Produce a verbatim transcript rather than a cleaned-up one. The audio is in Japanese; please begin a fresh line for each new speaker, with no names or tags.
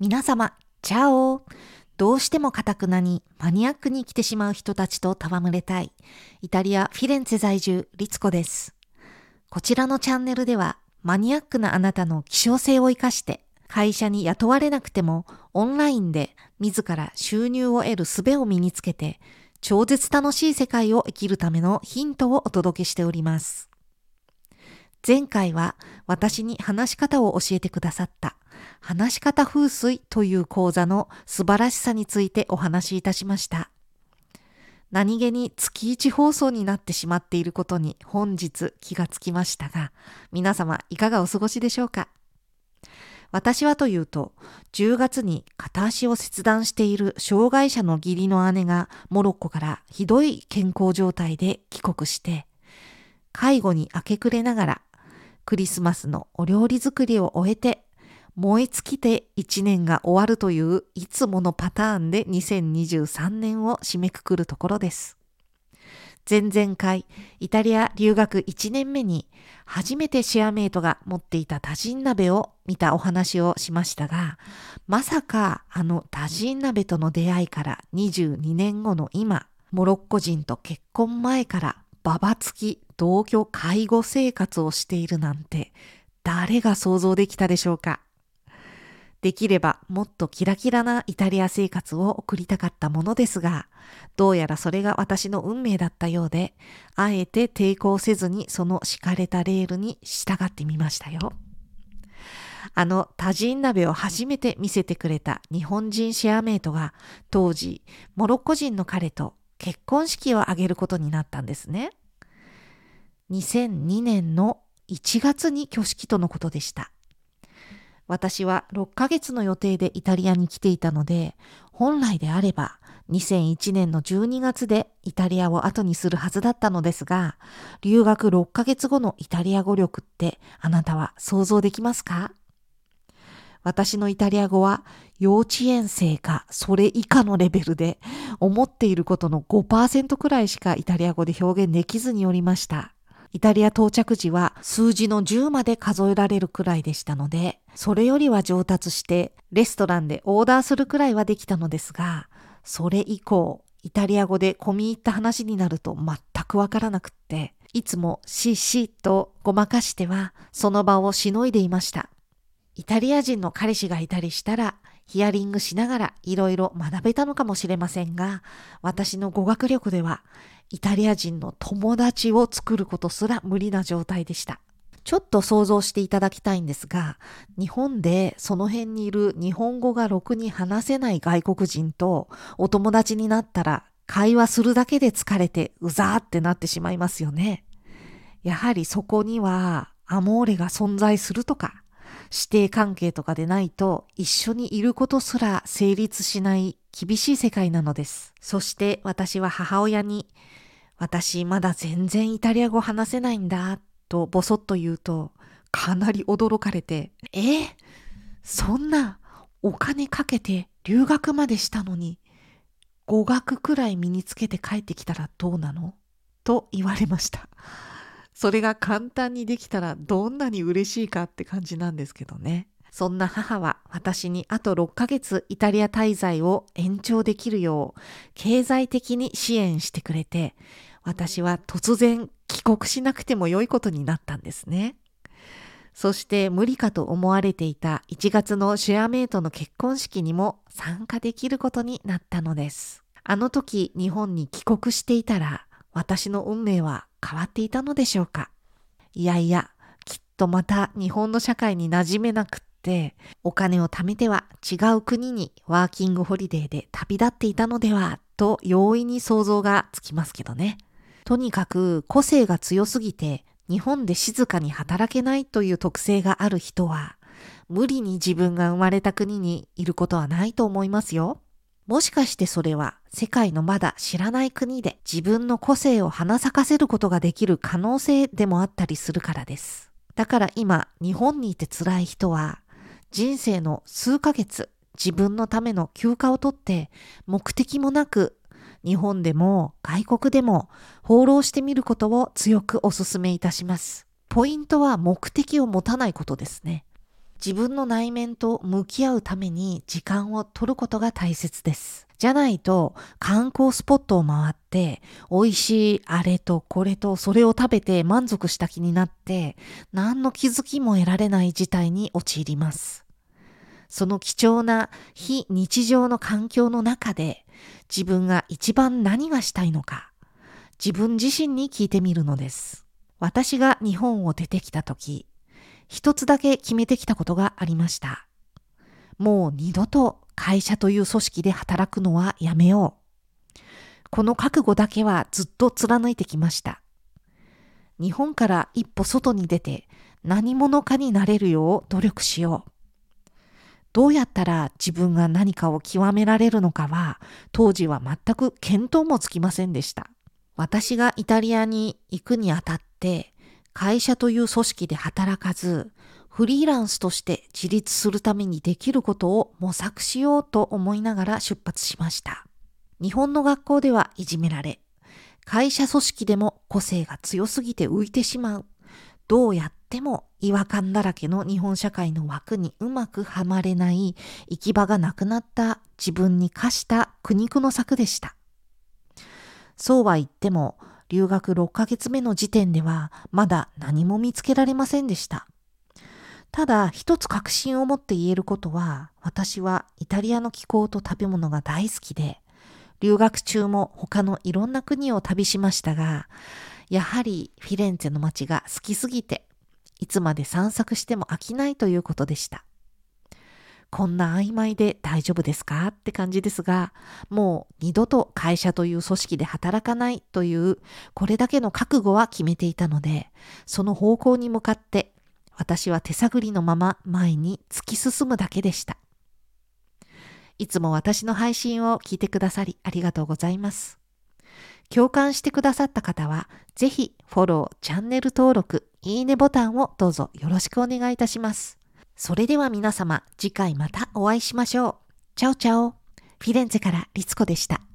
皆様、チャオ。どうしても堅くなにマニアックに生きてしまう人たちと戯れたい、イタリア・フィレンツェ在住、リツコです。こちらのチャンネルでは、マニアックなあなたの希少性を生かして、会社に雇われなくても、オンラインで自ら収入を得る術を身につけて、超絶楽しい世界を生きるためのヒントをお届けしております。前回は私に話し方を教えてくださった話し方風水という講座の素晴らしさについてお話しいたしました。何気に月いち放送になってしまっていることに本日気がつきましたが、皆様いかがお過ごしでしょうか。私はというと、じゅうがつに片足を切断している障害者の義理の姉がモロッコからひどい健康状態で帰国して、介護に明け暮れながらクリスマスのお料理作りを終えて、燃え尽きていちねんが終わるといういつものパターンでにせんにじゅうさんねんを締めくくるところです。前々回、イタリア留学いちねんめに初めてシェアメイトが持っていたタジン鍋を見たお話をしましたが、まさかあのタジン鍋との出会いからにじゅうにねんごの今、モロッコ人と結婚前からババつき同居介護生活をしているなんて誰が想像できたでしょうか。できればもっとキラキラなイタリア生活を送りたかったものですが、どうやらそれが私の運命だったようで、あえて抵抗せずにその敷かれたレールに従ってみましたよ。あのタジン鍋を初めて見せてくれた日本人シェアメイトが当時モロッコ人の彼と結婚式を挙げることになったんですね。にせんにねんのいちがつに挙式とのことでした。私はろっかげつの予定でイタリアに来ていたので、本来であればにせんいちねんのじゅうにがつでイタリアを後にするはずだったのですが、留学ろっかげつごのイタリア語力ってあなたは想像できますか？私のイタリア語は幼稚園生かそれ以下のレベルで、思っていることの ごパーセント くらいしかイタリア語で表現できずにおりました。イタリア到着時は数字のじゅうまで数えられるくらいでしたので、それよりは上達してレストランでオーダーするくらいはできたのですが、それ以降イタリア語で込み入った話になると全くわからなくって、いつもシシとごまかしてはその場をしのいでいました。イタリア人の彼氏がいたりしたらヒアリングしながらいろいろ学べたのかもしれませんが、私の語学力ではイタリア人の友達を作ることすら無理な状態でした。ちょっと想像していただきたいんですが、日本でその辺にいる日本語がろくに話せない外国人とお友達になったら、会話するだけで疲れてうざーってなってしまいますよね。やはりそこにはアモーレが存在するとか、師弟関係とかでないと一緒にいることすら成立しない厳しい世界なのです。そして私は母親に、私まだ全然イタリア語話せないんだとボソッと言うと、かなり驚かれて、え、そんなお金かけて留学までしたのに語学くらい身につけて帰ってきたらどうなのと言われました。それが簡単にできたらどんなに嬉しいかって感じなんですけどね。そんな母は私にあとろっかげつイタリア滞在を延長できるよう経済的に支援してくれて、私は突然帰国しなくても良いことになったんですね。そして無理かと思われていたいちがつのシェアメイトの結婚式にも参加できることになったのです。あの時日本に帰国していたら私の運命は変わっていたのでしょうか。いやいや、きっとまた日本の社会に馴染めなくって、お金を貯めては違う国にワーキングホリデーで旅立っていたのではと容易に想像がつきますけどね。とにかく個性が強すぎて日本で静かに働けないという特性がある人は、無理に自分が生まれた国にいることはないと思いますよ。もしかしてそれは世界のまだ知らない国で自分の個性を花咲かせることができる可能性でもあったりするからです。だから今日本にいて辛い人は人生の数ヶ月自分のための休暇を取って目的もなく日本でも外国でも放浪してみることを強くお勧めいたします。ポイントは目的を持たないことですね。 自分の内面と向き合うために時間を取ることが大切です。じゃないと観光スポットを回って美味しいあれとこれとそれを食べて満足した気になって何の気づきも得られない事態に陥ります。その貴重な非日常の環境の中で自分が一番何がしたいのか自分自身に聞いてみるのです。私が日本を出てきたとき、一つだけ決めてきたことがありました。もう二度と会社という組織で働くのはやめよう。この覚悟だけはずっと貫いてきました。日本から一歩外に出て何者かになれるよう努力しよう。どうやったら自分が何かを極められるのかは当時は全く見当もつきませんでした。私がイタリアに行くにあたって会社という組織で働かずフリーランスとして自立するためにできることを模索しようと思いながら出発しました。日本の学校ではいじめられ、会社組織でも個性が強すぎて浮いてしまう。どうやっても違和感だらけの日本社会の枠にうまくはまれない行き場がなくなった自分に課した苦肉の策でした。そうは言っても留学ろっかげつめの時点ではまだ何も見つけられませんでした。ただ一つ確信を持って言えることは、私はイタリアの気候と食べ物が大好きで、留学中も他のいろんな国を旅しましたが、やはりフィレンツェの街が好きすぎて、いつまで散策しても飽きないということでした。こんな曖昧で大丈夫ですかって感じですが、もう二度と会社という組織で働かないというこれだけの覚悟は決めていたので、その方向に向かって私は手探りのまま前に突き進むだけでした。いつも私の配信を聞いてくださりありがとうございます。共感してくださった方は、ぜひフォロー、チャンネル登録、いいねボタンをどうぞよろしくお願いいたします。それでは皆様、次回またお会いしましょう。チャオチャオ。フィレンツェからリツコでした。